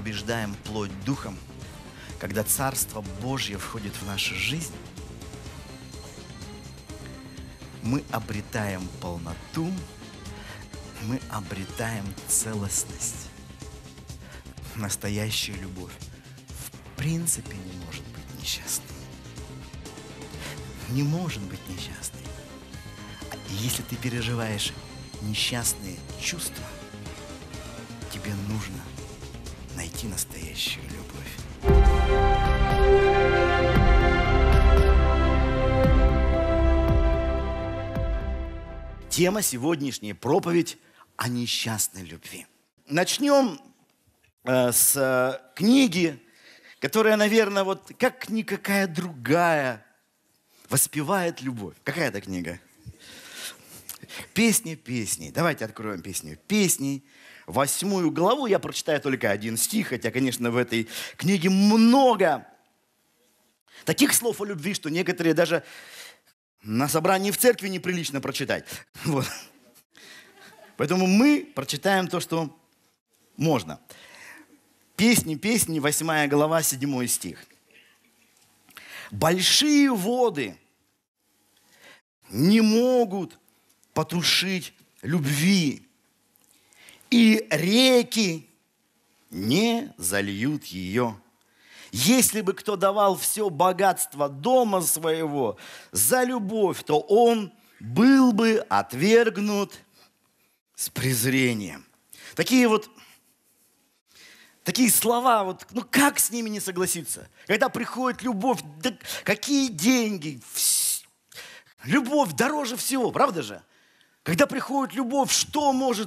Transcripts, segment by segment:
побеждаем плоть духом, когда Царство Божье входит в нашу жизнь, мы обретаем полноту, мы обретаем целостность. Настоящая любовь в принципе не может быть несчастной. Не может быть несчастной. Если ты переживаешь несчастные чувства, тебе нужно найти настоящую любовь. Тема сегодняшней проповедь о несчастной любви. Начнем с книги, которая, наверное, вот как никакая другая воспевает любовь. Какая это книга? Песни песней. Давайте откроем песню песней. 8 главу. Я прочитаю только один стих, хотя, конечно, в этой книге много таких слов о любви, что некоторые даже на собрании в церкви неприлично прочитать. Вот. Поэтому мы прочитаем то, что можно. Песни, 8 глава, 7 стих. Большие воды не могут потушить любви, и реки не зальют ее. Если бы кто давал все богатство дома своего за любовь, то он был бы отвергнут с презрением. Такие слова, ну как с ними не согласиться? Когда приходит любовь, да какие деньги? Любовь дороже всего, правда же? Когда приходит любовь, что может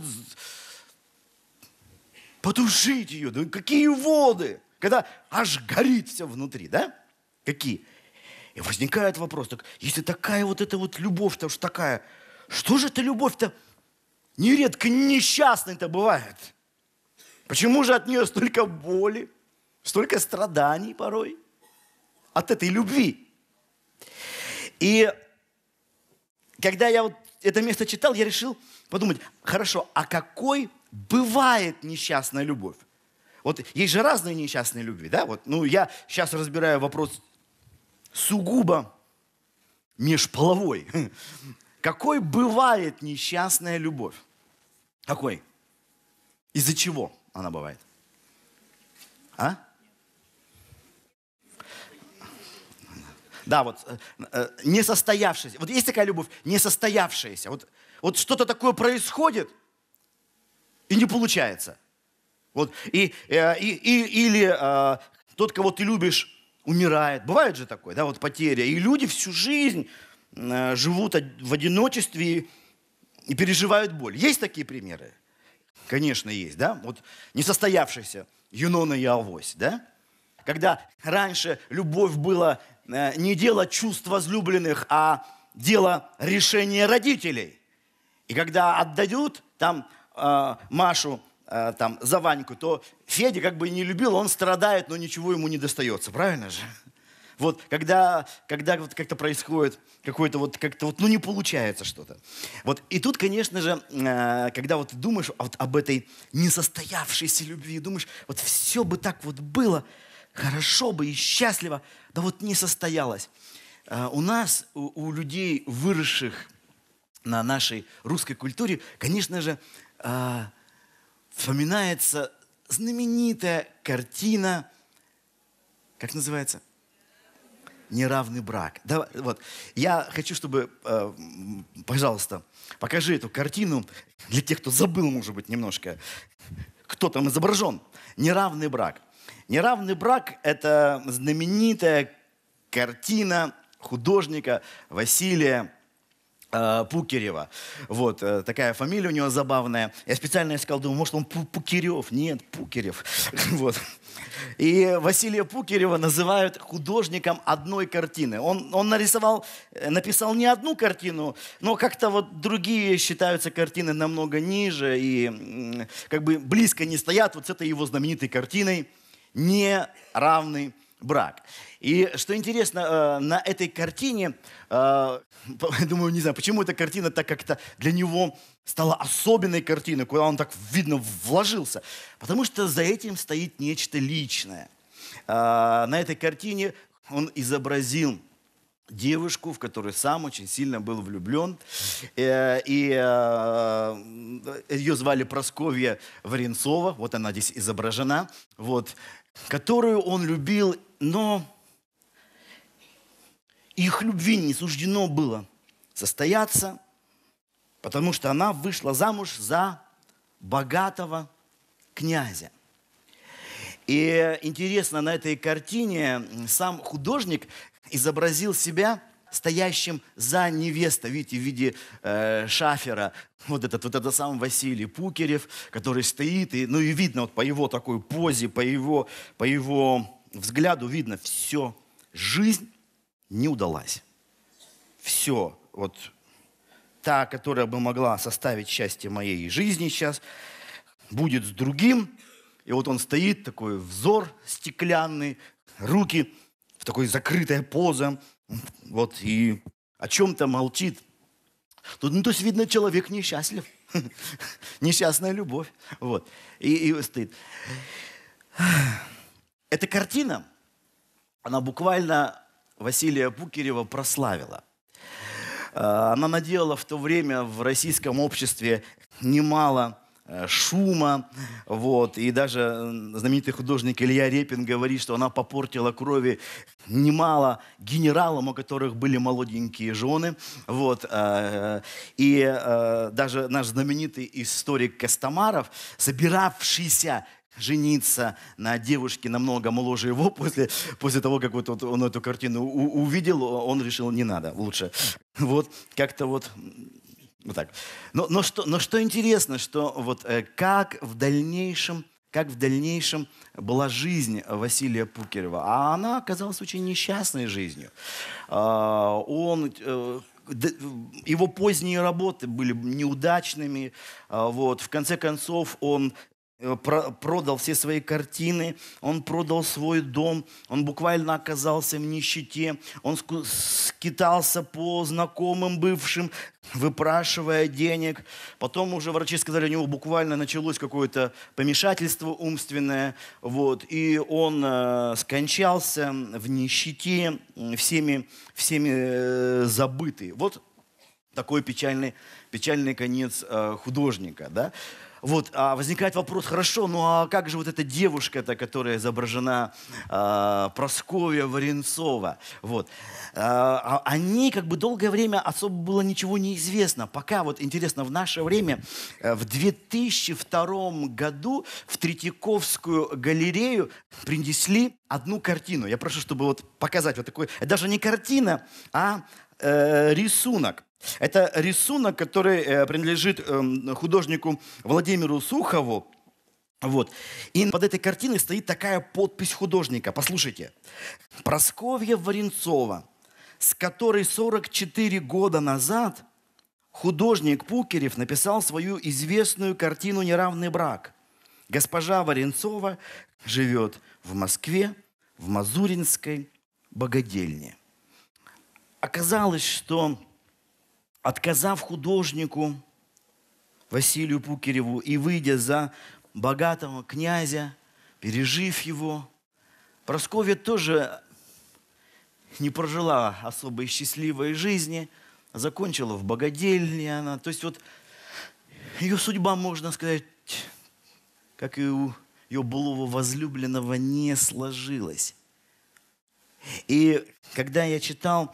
потушить ее? Да какие воды? Когда аж горит все внутри, да? Какие? И возникает вопрос, так если такая эта любовь-то уж такая, что же эта любовь-то нередко несчастной-то бывает? Почему же от нее столько боли, столько страданий порой? От этой любви. И когда я это место читал, я решил подумать, хорошо, а какой бывает несчастная любовь? Вот есть же разные несчастные любви, да? Я сейчас разбираю вопрос сугубо межполовой. Какой бывает несчастная любовь? Какой? Из-за чего она бывает? Да, несостоявшаяся. Вот есть такая любовь, несостоявшаяся. Вот что-то такое происходит, и не получается. Или тот, кого ты любишь, умирает. Бывает же такое, да, потеря. И люди всю жизнь живут в одиночестве и переживают боль. Есть такие примеры? Конечно, есть, да? Несостоявшийся Юнона и Авось, да? Когда раньше любовь была не дело чувств возлюбленных, а дело решения родителей. И когда отдают Машу за Ваньку, то Федя как бы и не любил, он страдает, но ничего ему не достается. Правильно же? Когда как-то происходит какое-то не получается что-то. И тут, конечно же, когда ты думаешь об этой несостоявшейся любви, думаешь, все бы так было, хорошо бы и счастливо, да не состоялось. У нас, у людей, выросших на нашей русской культуре, конечно же, вспоминается знаменитая картина, как называется? «Неравный брак». Я хочу, чтобы, пожалуйста, покажи эту картину для тех, кто забыл, может быть, немножко, кто там изображен. «Неравный брак». «Неравный брак» – это знаменитая картина художника Василия Пукирева. Такая фамилия у него забавная. Я специально искал, думал, может, он Пукирев. Нет, Пукирев. И Василия Пукирева называют художником одной картины. Он написал не одну картину, но как-то другие считаются картины намного ниже и как бы близко не стоят с этой его знаменитой картиной «Неравный брак. И что интересно, на этой картине, думаю, не знаю, почему эта картина так как-то для него стала особенной картиной, куда он так, видно, вложился. Потому что за этим стоит нечто личное. На этой картине он изобразил девушку, в которую сам очень сильно был влюблен. И ее звали Прасковья Варенцова, вот она здесь изображена, вот, которую он любил, но их любви не суждено было состояться, потому что она вышла замуж за богатого князя. И интересно, на этой картине сам художник изобразил себя стоящим за невестой, видите, в виде шафера. Вот этот сам Василий Пукерев, который стоит, и видно вот по его такой позе, по его взгляду видно, все, жизнь не удалась. Все, вот та, которая бы могла составить счастье моей жизни сейчас, будет с другим. И вот он стоит, такой взор стеклянный, руки в такой закрытая поза, вот, и о чем-то молчит. То есть, видно, человек несчастлив. Несчастная любовь. Вот. И стоит. Эта картина, она буквально Василия Пукерева прославила. Она наделала в то время в российском обществе немало шума, вот, и даже знаменитый художник Илья Репин говорит, что она попортила крови немало генералам, у которых были молоденькие жены, вот, и даже наш знаменитый историк Костомаров, собиравшийся жениться на девушке намного моложе его, после того, как вот он эту картину увидел, он решил, не надо, лучше. Вот, как-то вот так. Но что интересно, что вот как в дальнейшем была жизнь Василия Пукерева, а она оказалась очень несчастной жизнью. Его поздние работы были неудачными, вот, в конце концов он продал все свои картины, он продал свой дом, он буквально оказался в нищете, он скитался по знакомым бывшим, выпрашивая денег. Потом уже врачи сказали, у него буквально началось какое-то помешательство умственное, вот, и он скончался в нищете, всеми забытый. Вот такой печальный конец художника, да? Вот, возникает вопрос, хорошо, ну а как же вот эта девушка-то, которая изображена, Прасковья Варенцова, вот, они как бы долгое время особо было ничего не известно, пока вот интересно, в наше время, в 2002 году в Третьяковскую галерею принесли одну картину. Я прошу, чтобы вот показать вот такой, это даже не картина, а рисунок. Это рисунок, который принадлежит художнику Владимиру Сухову. Вот. И под этой картиной стоит такая подпись художника. Послушайте. Прасковья Варенцова, с которой 44 года назад художник Пукерев написал свою известную картину «Неравный брак». Госпожа Варенцова живет в Москве, в Мазуринской богадельне. Оказалось, что отказав художнику Василию Пукереву и выйдя за богатого князя, пережив его, Прасковья тоже не прожила особой счастливой жизни, закончила в богадельне она. То есть вот ее судьба, можно сказать, как и у ее былого возлюбленного, не сложилась. И когда я читал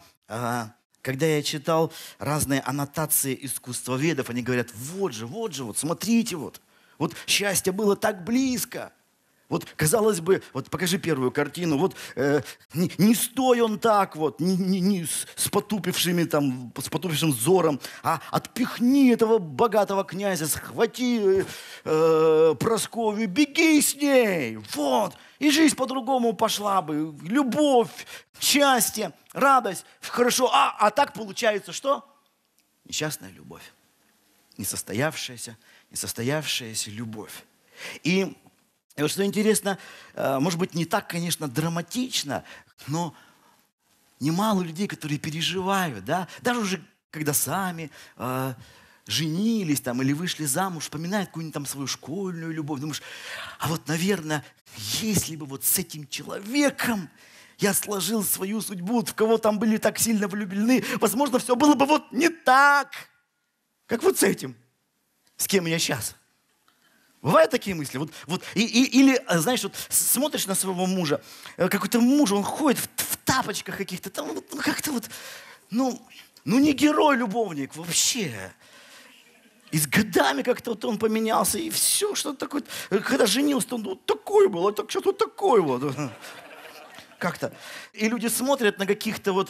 разные аннотации искусствоведов, они говорят, вот же, смотрите, вот счастье было так близко. Вот, казалось бы, вот покажи первую картину, вот не стой он так вот, не с потупившим взором, а отпихни этого богатого князя, схвати Прасковью, беги с ней, вот, и жизнь по-другому пошла бы, любовь, счастье, радость, хорошо, а так получается что? Несчастная любовь, несостоявшаяся любовь. И И вот что интересно, может быть, не так, конечно, драматично, но немало людей, которые переживают, да, даже уже когда сами женились там или вышли замуж, вспоминают какую-нибудь там свою школьную любовь, думаешь, а вот, наверное, если бы вот с этим человеком я сложил свою судьбу, в кого там были так сильно влюблены, возможно, все было бы вот не так, как вот с этим, с кем я сейчас. Бывают такие мысли? Или, знаешь, вот смотришь на своего мужа, какой-то муж, он ходит в тапочках каких-то, там как-то вот, ну не герой-любовник вообще. И с годами как-то вот он поменялся, и все, что-то такое. Когда женился, он вот такой был, а так что-то такое вот. Как-то. И люди смотрят на каких-то вот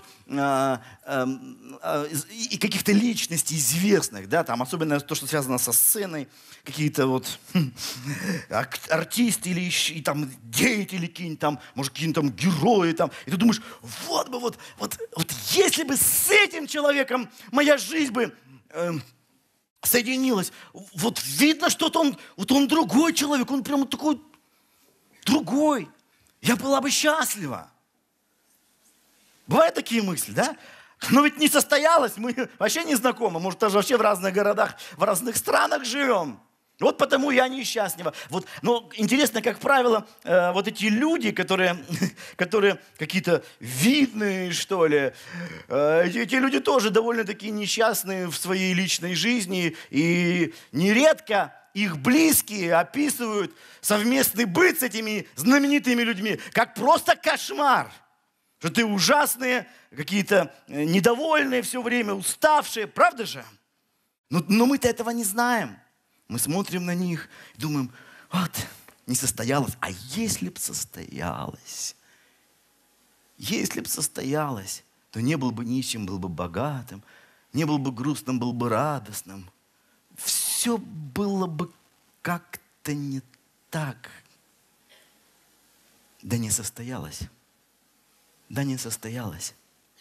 и каких-то личностей известных, да, там, особенно то, что связано со сценой, какие-то вот артисты или и, там деятели какие-нибудь там, может, какие-нибудь там герои там. И ты думаешь, вот если бы с этим человеком моя жизнь бы соединилась, вот видно, что он другой человек, он прямо такой другой. Я была бы счастлива. Бывают такие мысли, да? Но ведь не состоялось, мы вообще не знакомы. Может, даже вообще в разных городах, в разных странах живем. Вот потому я несчастлива. Вот. Но интересно, как правило, вот эти люди, которые какие-то видные, что ли, эти люди тоже довольно-таки несчастные в своей личной жизни. И нередко их близкие описывают совместный быт с этими знаменитыми людьми как просто кошмар. Что ты ужасные, какие-то недовольные все время, уставшие. Правда же? Но мы-то этого не знаем. Мы смотрим на них и думаем, вот, не состоялось. А если б состоялось? Если б состоялось, то не был бы нищим, был бы богатым. Не был бы грустным, был бы радостным. Все было бы как-то не так. Да не состоялось. Да не состоялось.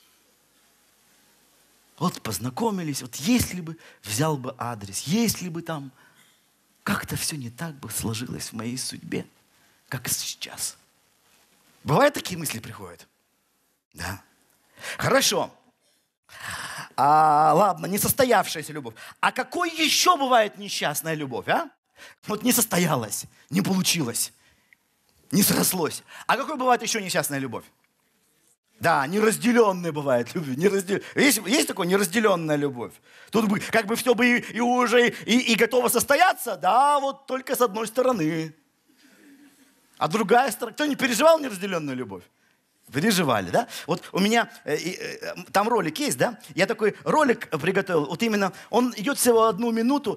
Вот познакомились, вот если бы взял бы адрес, если бы там как-то все не так бы сложилось в моей судьбе, как сейчас. Бывают такие мысли приходят? Да. Хорошо. Ладно, несостоявшаяся любовь. А какой еще бывает несчастная любовь, а? Вот не состоялась, не получилось, не срослось. А какой бывает еще несчастная любовь? Да, неразделенная бывает любовь. Есть такое неразделенная любовь? Тут бы как бы все бы и уже и готово состояться, да, вот только с одной стороны. А другая сторона... Кто не переживал неразделенную любовь? Переживали, да? Вот у меня там ролик есть, да? Я такой ролик приготовил. Вот именно он идет всего 1 минуту.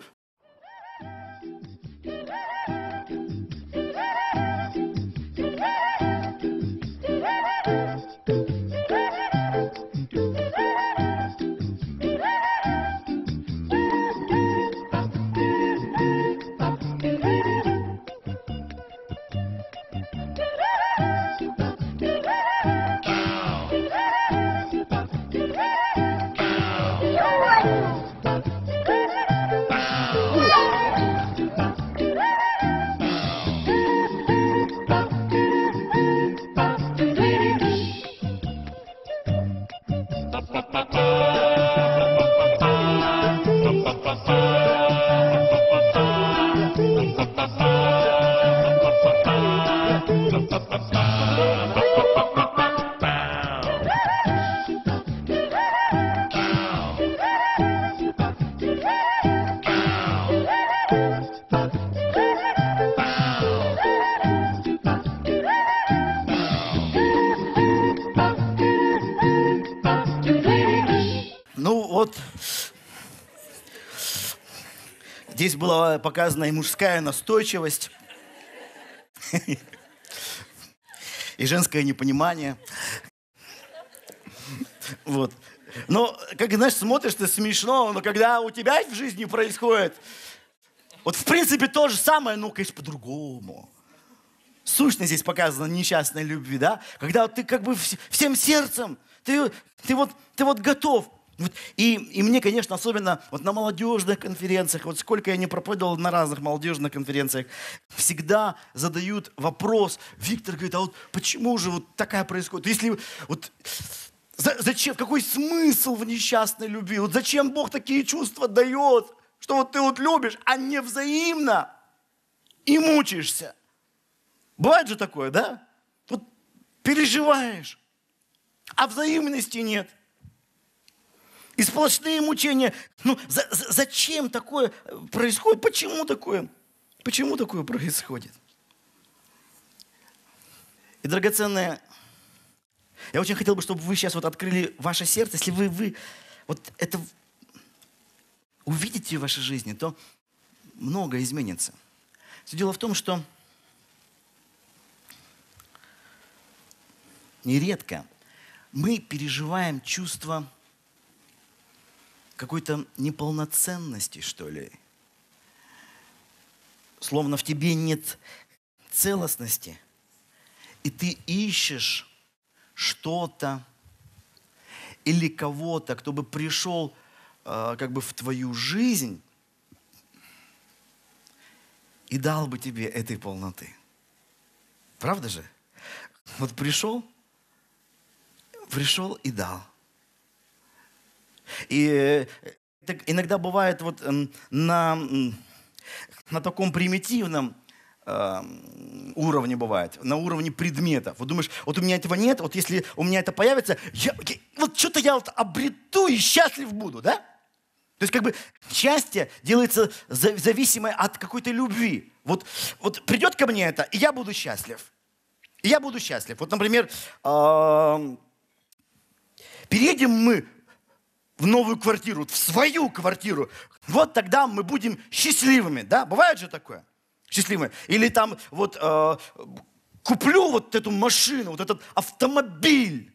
Здесь была показана и мужская настойчивость, и женское непонимание. Вот. Но, как знаешь, смотришь, ты смешно, но когда у тебя в жизни происходит, вот в принципе то же самое, но, конечно, по-другому. Сущность здесь показана несчастной любви, да? Когда ты как бы всем сердцем, ты вот готов. Вот, и мне, конечно, особенно вот на молодежных конференциях, вот сколько я не проповедовал на разных молодежных конференциях, всегда задают вопрос. Виктор говорит, а вот почему же вот такая происходит? Если вот зачем, какой смысл в несчастной любви? Вот зачем Бог такие чувства дает, что вот ты вот любишь, а не взаимно и мучаешься? Бывает же такое, да? Вот переживаешь, а взаимности нет. И сплошные мучения. Ну, зачем такое происходит? Почему такое? Почему такое происходит? И, драгоценные, я очень хотел бы, чтобы вы сейчас вот открыли ваше сердце. Если вы вот это увидите в вашей жизни, то многое изменится. Все дело в том, что нередко мы переживаем чувство какой-то неполноценности, что ли. Словно в тебе нет целостности, и ты ищешь что-то или кого-то, кто бы пришел как бы в твою жизнь и дал бы тебе этой полноты. Правда же? Вот пришел и дал. И это иногда бывает вот на таком примитивном уровне бывает, на уровне предметов. Вот думаешь, вот у меня этого нет, вот если у меня это появится, вот что-то я вот обрету и счастлив буду, да? То есть как бы счастье делается зависимое от какой-то любви. Вот придет ко мне это, и я буду счастлив. И я буду счастлив. Вот, например, переедем мы в новую квартиру, в свою квартиру, вот тогда мы будем счастливыми, да? Бывает же такое? Счастливыми. Или там вот куплю вот эту машину, вот этот автомобиль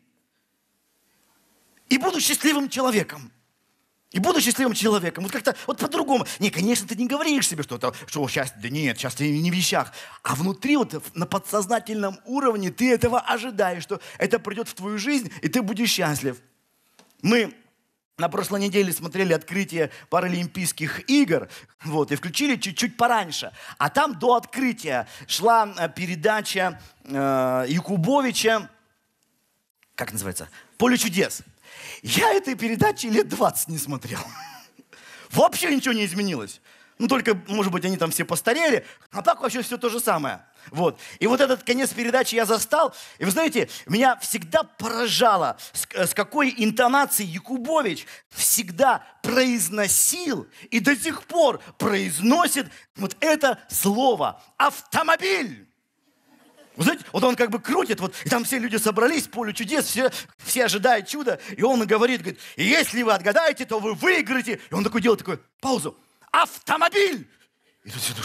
и буду счастливым человеком. И буду счастливым человеком. Вот как-то вот по-другому. Не, конечно, ты не говоришь себе, что счастье, да нет, счастье не в вещах. А внутри вот на подсознательном уровне ты этого ожидаешь, что это придет в твою жизнь, и ты будешь счастлив. Мы на прошлой неделе смотрели открытие Паралимпийских игр, вот, и включили чуть-чуть пораньше. А там до открытия шла передача Якубовича, как называется, «Поле чудес». Я этой передачи лет 20 не смотрел. Вообще ничего не изменилось. Ну, только, может быть, они там все постарели, а так вообще все то же самое. Вот. И вот этот конец передачи я застал. И вы знаете, меня всегда поражало, с какой интонацией Якубович всегда произносил и до сих пор произносит вот это слово «автомобиль». Вы знаете, вот он как бы крутит, вот, и там все люди собрались, поле чудес, все ожидают чуда, и он говорит, если вы отгадаете, то вы выиграете. И он такой делает такую паузу. Автомобиль! И тут все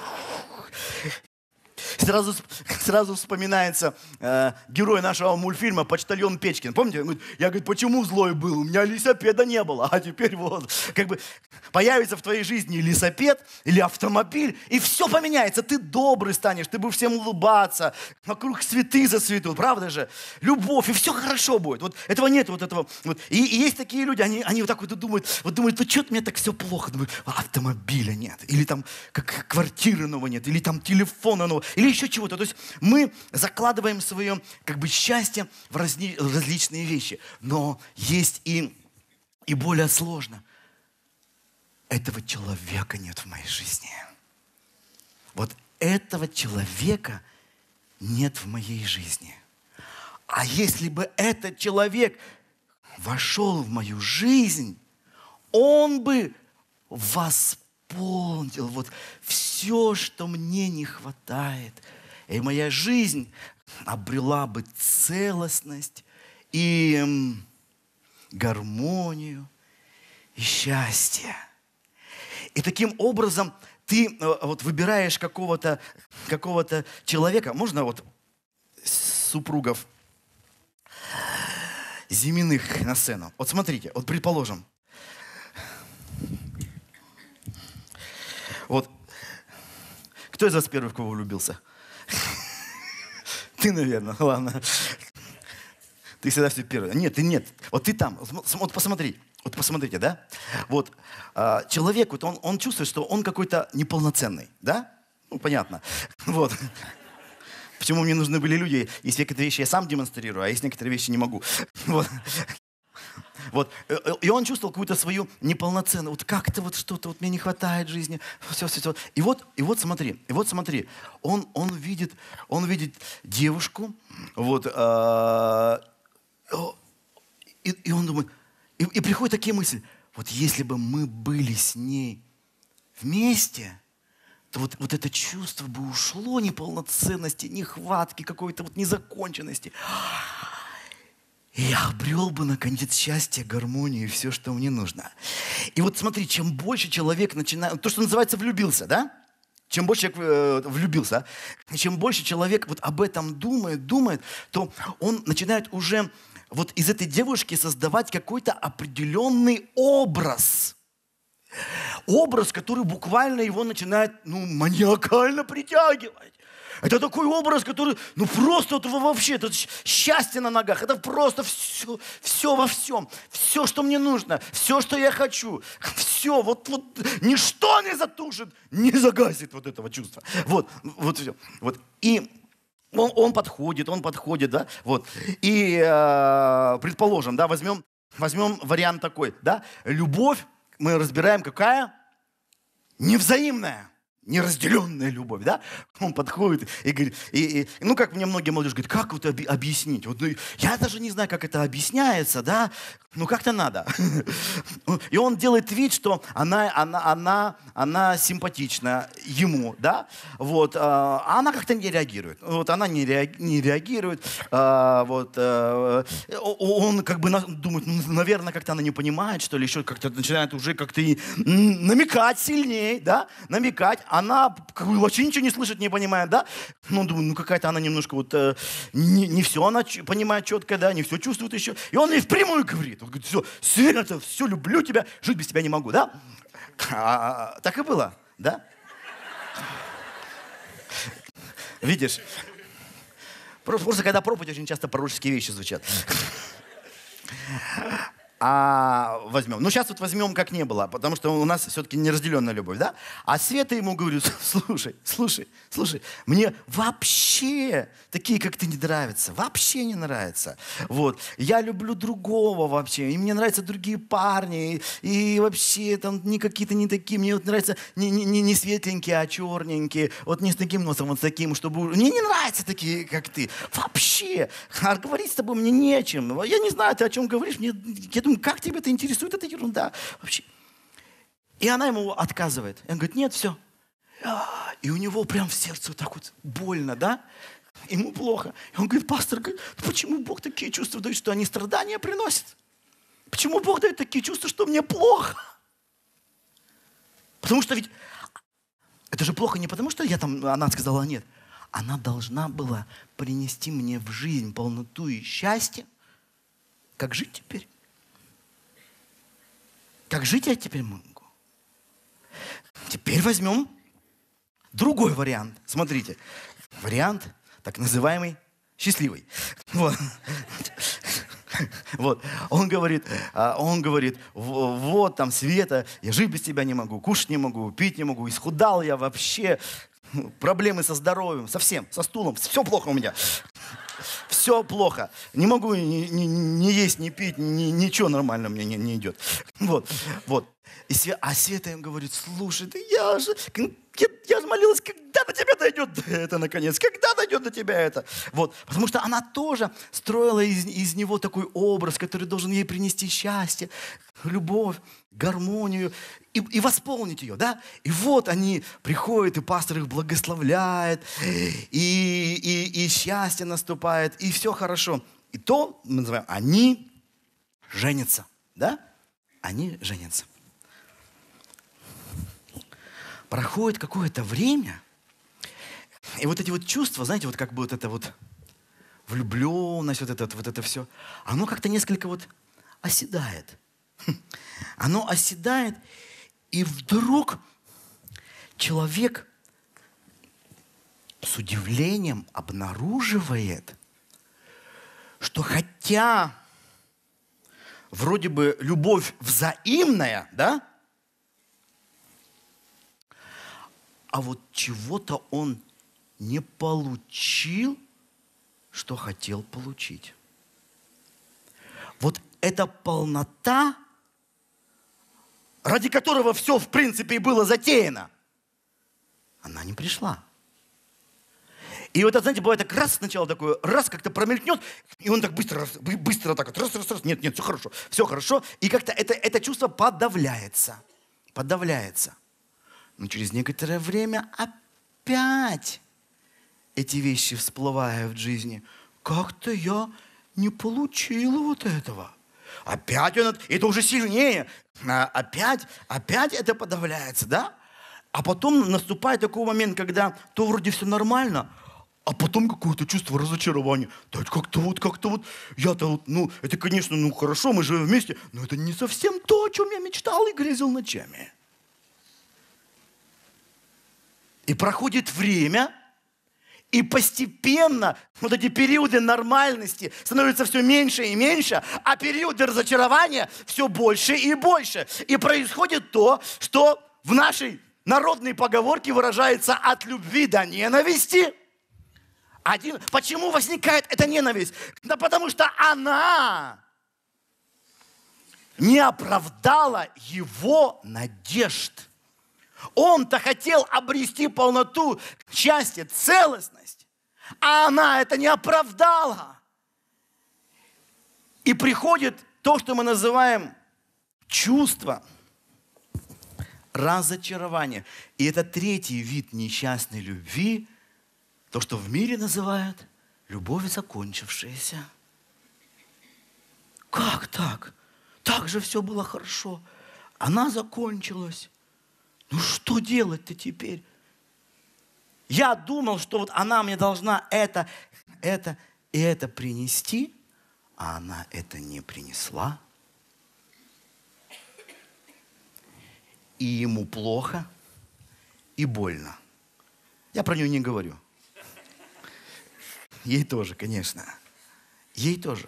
сразу вспоминается герой нашего мультфильма «Почтальон Печкин». Помните? Он говорит, я, почему злой был? У меня лисопеда не было, а теперь вот. Как бы появится в твоей жизни лисопед или автомобиль, и все поменяется. Ты добрый станешь, ты будешь всем улыбаться, вокруг цветы зацветут, правда же? Любовь, и все хорошо будет. Вот этого нет, вот этого. Вот. И есть такие люди, они вот так вот думают, ну что-то мне так все плохо. Думают, автомобиля нет, или там как квартиры нового нет, или там телефона нового, или еще чего-то. То есть мы закладываем свое как бы счастье в различные вещи. Но есть и более сложно. Этого человека нет в моей жизни. Вот этого человека нет в моей жизни. А если бы этот человек вошел в мою жизнь, он бы восполнил вот все, что мне не хватает. И моя жизнь обрела бы целостность и гармонию и счастье. И таким образом ты вот выбираешь какого-то человека. Можно вот супругов Зиминых на сцену? Вот смотрите, вот предположим. Вот. Кто из вас первый в кого влюбился? Ты, наверное, ладно. Ты всегда все первый. Нет, ты нет. Вот ты там. Вот посмотри. Вот посмотрите, да? Вот человек, вот он чувствует, что он какой-то неполноценный, да? Ну, понятно. Вот. Почему мне нужны были люди, если некоторые вещи я сам демонстрирую, а есть некоторые вещи не могу. Вот. Вот. И он чувствовал какую-то свою неполноценность. Вот как-то вот что-то вот мне не хватает в жизни. Все. И вот смотри. Он видит девушку, вот, и он думает, и приходят такие мысли, вот если бы мы были с ней вместе, то вот это чувство бы ушло неполноценности, нехватки, какой-то вот незаконченности. И я обрел бы, наконец, счастье, гармонию и все, что мне нужно. И вот смотри, чем больше человек начинает... То, что называется влюбился, да? Чем больше человек влюбился, чем больше человек вот об этом думает, то он начинает уже вот из этой девушки создавать какой-то определенный образ. Образ, который буквально его начинает, маниакально притягивать. Это такой образ, который, просто вот вообще, это счастье на ногах, это просто все во всем, все, что мне нужно, все, что я хочу, все, вот ничто не затушит, не загасит вот этого чувства. Вот все. Вот. И он подходит, да, вот. И, предположим, да, возьмем вариант такой, да, любовь мы разбираем какая? Невзаимная. Неразделенная любовь, да? Он подходит и говорит, как мне многие молодежь говорят, как вот объяснить? Вот, я даже не знаю, как это объясняется, да? Как-то надо. И он делает вид, что она симпатична ему, да? Вот, а она как-то не реагирует. Вот она не реагирует. Он как бы думает, наверное, как-то она не понимает, что ли, еще как-то начинает уже как-то намекать сильнее, да? Намекать. Она вообще ничего не слышит, не понимает, да? Он думает, какая-то она немножко вот не все она понимает четко, да, не все чувствует еще. И он ей впрямую говорит. Он говорит, все, Света, все, люблю тебя, жить без тебя не могу, да? Так и было, да? Видишь? Просто когда проповедь, очень часто пророческие вещи звучат. Возьмем. Сейчас вот возьмем, как не было, потому что у нас все-таки неразделенная любовь, да? А Света ему говорит, слушай, мне вообще такие, как ты, не нравятся. Вообще не нравятся. Вот. Я люблю другого вообще. И мне нравятся другие парни. И вообще там не какие-то не такие. Мне вот нравятся не светленькие, а черненькие. Вот не с таким носом, вот с таким, чтобы... Мне не нравятся такие, как ты. Вообще. А говорить с тобой мне не о чем. Я не знаю, ты о чем говоришь. Я думаю, как тебя это интересует? Это ерунда. Вообще. И она ему отказывает. И он говорит, нет, все. И у него прям в сердце вот так вот больно, да? Ему плохо. И он говорит, пастор, почему Бог такие чувства дает, что они страдания приносят? Почему Бог дает такие чувства, что мне плохо? Потому что ведь это же плохо не потому, что она сказала нет. Она должна была принести мне в жизнь полноту и счастье. Как жить теперь? Как жить я теперь могу? Теперь возьмем другой вариант. Смотрите. Вариант так называемый счастливый. Вот. Он говорит, вот там, Света, я жить без тебя не могу, кушать не могу, пить не могу, исхудал я вообще, проблемы со здоровьем, совсем, со стулом, все плохо у меня. Все плохо. Не могу ни есть, ни пить, ничего нормально мне не идет. Вот. А Света им говорит, слушай, я же молилась, когда до тебя дойдет это наконец? Когда дойдет до тебя это? Вот. Потому что она тоже строила из него такой образ, который должен ей принести счастье, любовь, гармонию и восполнить ее, да? И вот они приходят, и пастор их благословляет, и счастье наступает, и все хорошо. И то, мы называем, они женятся, да? Они женятся. Проходит какое-то время, и вот эти вот чувства, знаете, вот как бы вот это вот влюбленность, вот это все, оно как-то несколько вот оседает. Оно оседает, и вдруг человек с удивлением обнаруживает, что хотя вроде бы любовь взаимная, да? А вот чего-то он не получил, что хотел получить. Вот эта полнота, ради которого все, в принципе, и было затеяно, она не пришла. И вот это, знаете, бывает так раз сначала такое, раз как-то промелькнет, и он так быстро так вот, раз, нет, все хорошо. И как-то это чувство подавляется. Но через некоторое время опять эти вещи всплывают в жизни. Как-то я не получила вот этого. Опять это уже сильнее. Опять это подавляется, да? А потом наступает такой момент, когда то вроде все нормально, а потом какое-то чувство разочарования. Да как-то вот, я-то вот, это, конечно, хорошо, мы живем вместе, но это не совсем то, о чем я мечтал и грезил ночами. И проходит время, и постепенно вот эти периоды нормальности становятся все меньше и меньше, а периоды разочарования все больше и больше. И происходит то, что в нашей народной поговорке выражается от любви до ненависти. Почему возникает эта ненависть? Да потому что она не оправдала его надежд. Он-то хотел обрести полноту, счастье, целостность, а она это не оправдала. И приходит то, что мы называем чувство разочарования. И это третий вид несчастной любви, то, что в мире называют любовь закончившаяся. Как так? Так же все было хорошо. Она закончилась. Что делать-то теперь? Я думал, что вот она мне должна это и это принести, а она это не принесла. И ему плохо, и больно. Я про нее не говорю. Ей тоже, конечно. Ей тоже.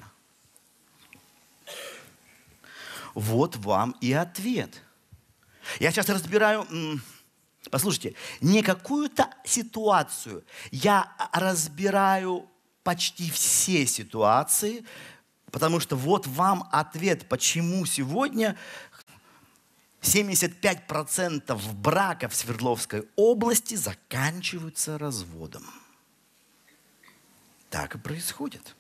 Вот вам и ответ. Я сейчас разбираю, послушайте, не какую-то ситуацию. Я разбираю почти все ситуации, потому что вот вам ответ, почему сегодня 75% браков в Свердловской области заканчиваются разводом. Так и происходит.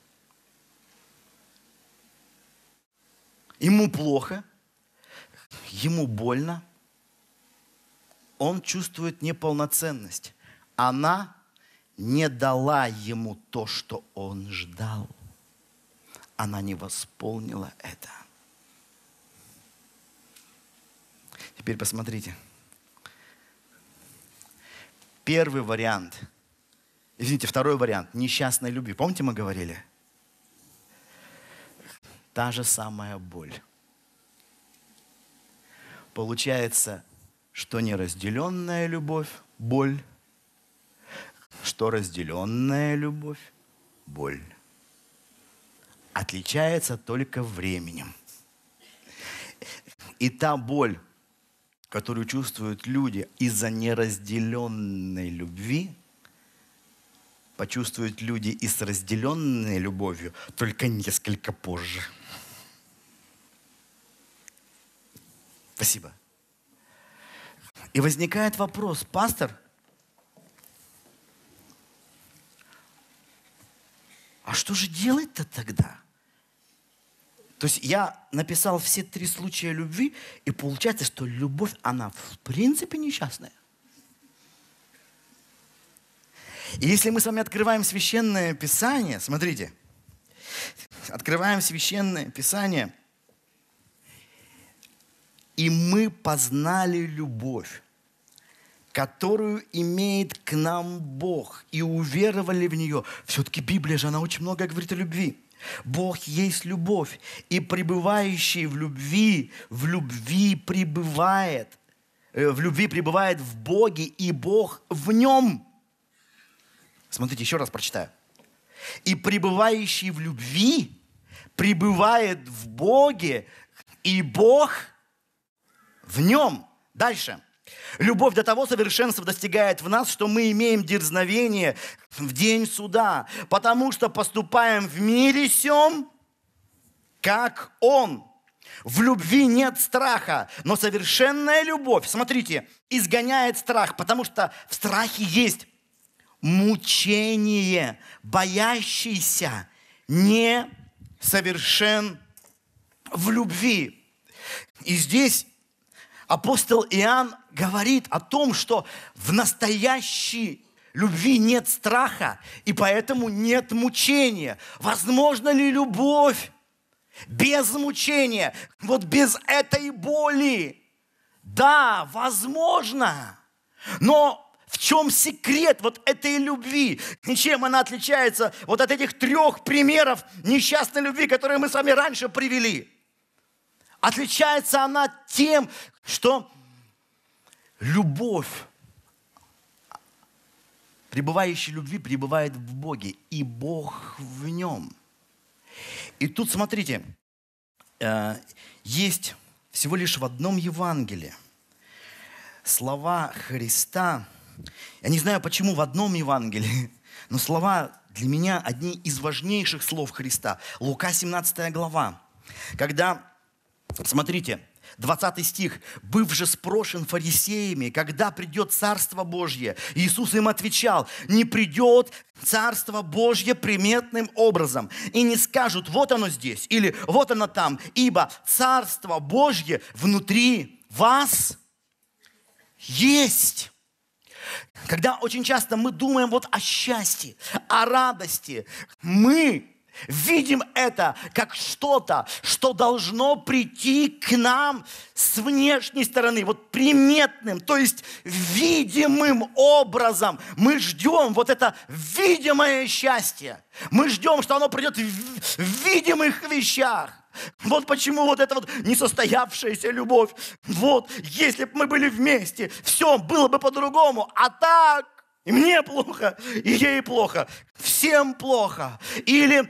Ему плохо, ему больно, он чувствует неполноценность. Она не дала ему то, что он ждал. Она не восполнила это. Теперь посмотрите. Первый вариант. Извините, второй вариант. Несчастной любви. Помните, мы говорили? Та же самая боль. Получается, что неразделенная любовь – боль, что разделенная любовь – боль. Отличается только временем. И та боль, которую чувствуют люди из-за неразделенной любви, почувствуют люди и с разделенной любовью только несколько позже. Спасибо. И возникает вопрос, пастор, а что же делать-то тогда? То есть я написал все 3 случая любви, и получается, что любовь, она в принципе несчастная. И если мы с вами открываем Священное Писание, смотрите, открываем Священное Писание, и мы познали любовь, которую имеет к нам Бог, и уверовали в нее. Все-таки Библия же, она очень много говорит о любви. Бог есть любовь, и пребывающий в любви пребывает в Боге, и Бог в нем. Смотрите, еще раз прочитаю. И пребывающий в любви пребывает в Боге, и Бог в нем. Дальше. Любовь до того совершенства достигает в нас, что мы имеем дерзновение в день суда, потому что поступаем в мире сем, как Он. В любви нет страха, но совершенная любовь, смотрите, изгоняет страх, потому что в страхе есть мучение, боящийся не совершен в любви. И здесь апостол Иоанн говорит о том, что в настоящей любви нет страха, и поэтому нет мучения. Возможно ли любовь без мучения, вот без этой боли? Да, возможно. Но в чем секрет вот этой любви? И чем она отличается вот от этих 3 примеров несчастной любви, которые мы с вами раньше привели? Отличается она тем, что любовь, пребывающая в любви, пребывает в Боге, и Бог в нем. И тут, смотрите, есть всего лишь в одном Евангелии слова Христа. Я не знаю, почему в одном Евангелии, но слова для меня одни из важнейших слов Христа. Лука 17 глава. Когда, смотрите, 20 стих. «Быв же спрошен фарисеями, когда придет Царство Божье, Иисус им отвечал: не придет Царство Божье приметным образом, и не скажут: вот оно здесь, или вот оно там, ибо Царство Божье внутри вас есть». Когда очень часто мы думаем вот о счастье, о радости, мы видим это как что-то, что должно прийти к нам с внешней стороны, вот приметным, то есть видимым образом. Мы ждем вот это видимое счастье. Мы ждем, что оно придет в видимых вещах. Вот почему вот эта вот несостоявшаяся любовь. Вот, если бы мы были вместе, все было бы по-другому. А так, и мне плохо, и ей плохо, всем плохо. Или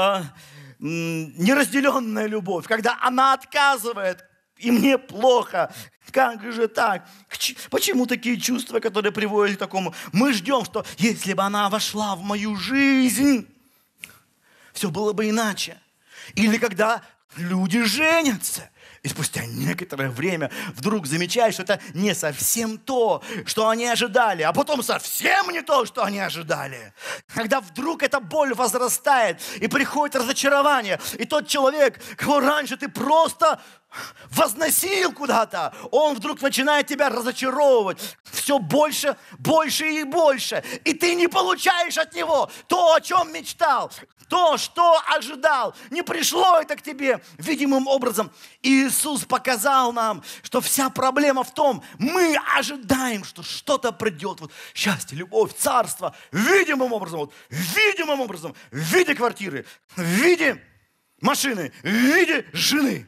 неразделенная любовь, когда она отказывает, и мне плохо. Как же так? Почему такие чувства, которые приводят к такому? Мы ждем, что если бы она вошла в мою жизнь, все было бы иначе. Или когда люди женятся, и спустя некоторое время вдруг замечают, что это не совсем то, что они ожидали, а потом совсем не то, что они ожидали. Когда вдруг эта боль возрастает, и приходит разочарование, и тот человек, кого раньше ты просто возносил куда-то, он вдруг начинает тебя разочаровывать все больше, больше и больше. И ты не получаешь от него то, о чем мечтал, то, что ожидал. Не пришло это к тебе видимым образом. И Иисус показал нам, что вся проблема в том, мы ожидаем, что что-то придет. Вот счастье, любовь, царство видимым образом, вот, видимым образом, в виде квартиры, в виде машины, в виде жены.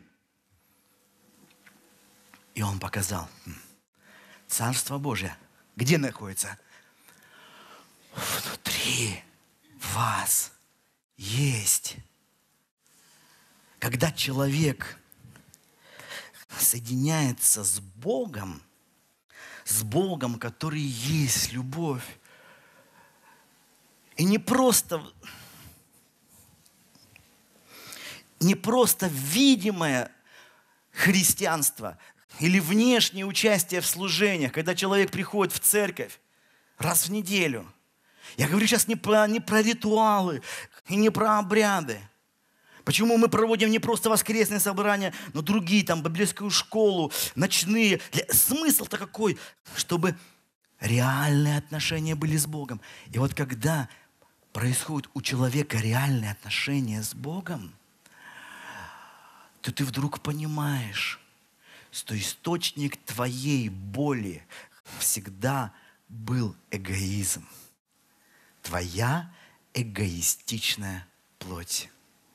И Он показал, Царство Божие где находится? Внутри вас есть. Когда человек соединяется с Богом, который есть любовь, и не просто видимое христианство или внешнее участие в служениях, когда человек приходит в церковь раз в неделю. Я говорю сейчас не про ритуалы и не про обряды. Почему мы проводим не просто воскресные собрания, но другие, там, библейскую школу, ночные. Смысл-то какой? Чтобы реальные отношения были с Богом. И вот когда происходит у человека реальные отношения с Богом, то ты вдруг понимаешь, что источник твоей боли всегда был эгоизм. Твоя эгоистичная плоть.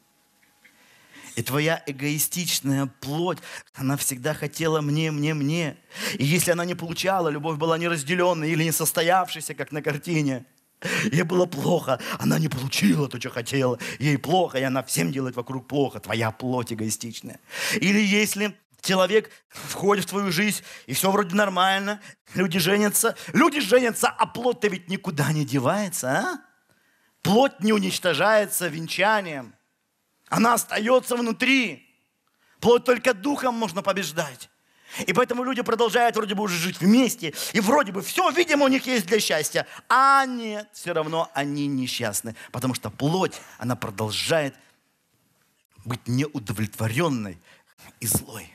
И твоя эгоистичная плоть, она всегда хотела мне. И если она не получала, любовь была неразделенной или несостоявшейся, как на картине, Ей было плохо, она не получила то, что хотела. Ей плохо, и она всем делает вокруг плохо. Твоя плоть эгоистичная. Или если человек входит в твою жизнь, и все вроде нормально, люди женятся, а плоть-то ведь никуда не девается, а? Плоть не уничтожается венчанием. Она остается внутри. Плоть только духом можно побеждать. И поэтому люди продолжают вроде бы уже жить вместе. И вроде бы все, видимо, у них есть для счастья. А нет, все равно они несчастны. Потому что плоть, она продолжает быть неудовлетворенной и злой.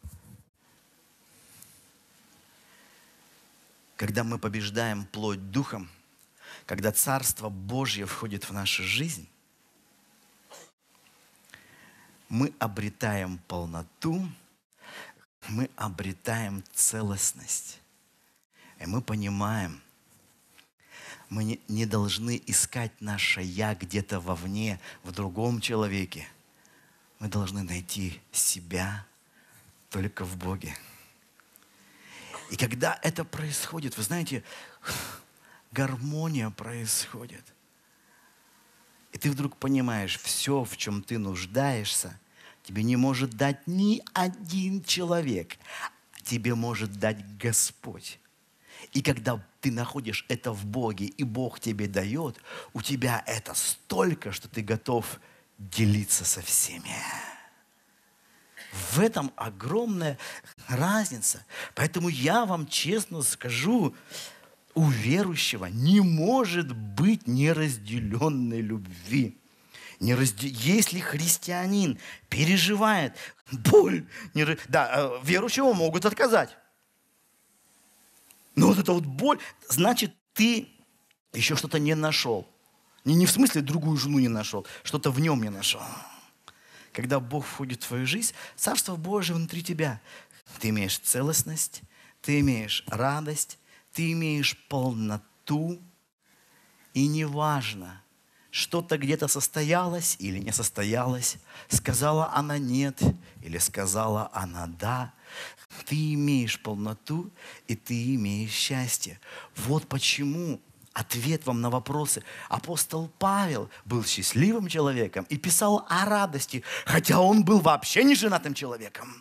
Когда мы побеждаем плоть духом, когда Царство Божье входит в нашу жизнь, мы обретаем полноту, мы обретаем целостность. И мы понимаем, мы не должны искать наше «я» где-то вовне, в другом человеке. Мы должны найти себя только в Боге. И когда это происходит, вы знаете, гармония происходит. И ты вдруг понимаешь, все, в чем ты нуждаешься, тебе не может дать ни один человек. Тебе может дать Господь. И когда ты находишь это в Боге, и Бог тебе дает, у тебя это столько, что ты готов делиться со всеми. В этом огромная разница. Поэтому я вам честно скажу, у верующего не может быть неразделенной любви. Если христианин переживает боль, верующего могут отказать. Но вот эта вот боль, значит, ты еще что-то не нашел. Не в смысле другую жену не нашел, что-то в нем не нашел. Когда Бог входит в твою жизнь, Царство Божие внутри тебя. Ты имеешь целостность, ты имеешь радость, ты имеешь полноту. И неважно, что-то где-то состоялось или не состоялось, сказала она нет или сказала она да. Ты имеешь полноту, и ты имеешь счастье. Вот почему ответ вам на вопросы. Апостол Павел был счастливым человеком и писал о радости, хотя он был вообще не женатым человеком.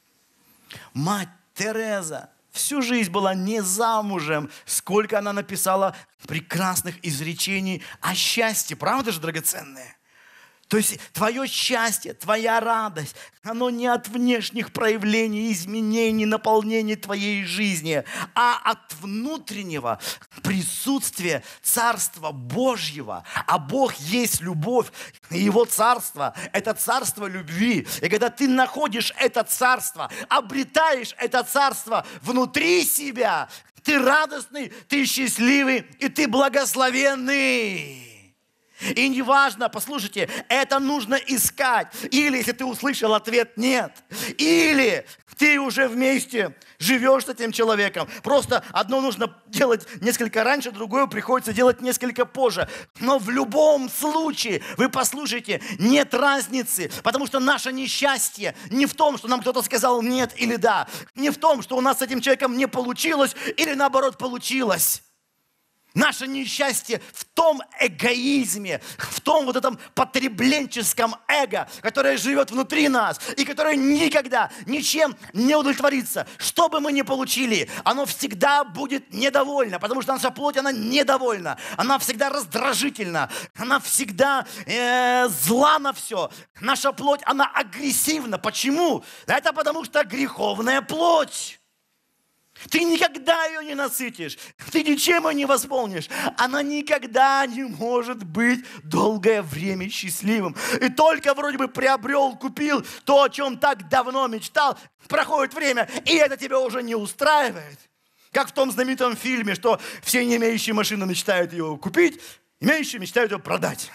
Мать Тереза всю жизнь была не замужем. Сколько она написала прекрасных изречений о счастье. Правда же, драгоценные? То есть твое счастье, твоя радость, оно не от внешних проявлений, изменений, наполнений твоей жизни, а от внутреннего присутствия Царства Божьего. А Бог есть любовь, и Его Царство – это Царство любви. И когда ты находишь это Царство, обретаешь это Царство внутри себя, ты радостный, ты счастливый, и ты благословенный. И неважно, послушайте, это нужно искать. Или, если ты услышал ответ «нет», или ты уже вместе живешь с этим человеком. Просто одно нужно делать несколько раньше, другое приходится делать несколько позже. Но в любом случае, вы послушайте, нет разницы, потому что наше несчастье не в том, что нам кто-то сказал «нет» или «да», не в том, что у нас с этим человеком не получилось или наоборот получилось. Наше несчастье в том эгоизме, в том вот этом потребленческом эго, которое живет внутри нас и которое никогда ничем не удовлетворится. Что бы мы ни получили, оно всегда будет недовольно, потому что наша плоть, она недовольна, она всегда раздражительна, она всегда зла на все. Наша плоть, она агрессивна. Почему? Это потому что греховная плоть. Ты никогда ее не насытишь, ты ничем ее не восполнишь. Она никогда не может быть долгое время счастливым. И только вроде бы приобрел, купил то, о чем так давно мечтал, проходит время, и это тебя уже не устраивает. Как в том знаменитом фильме, что все не имеющие машину мечтают ее купить, имеющие мечтают ее продать.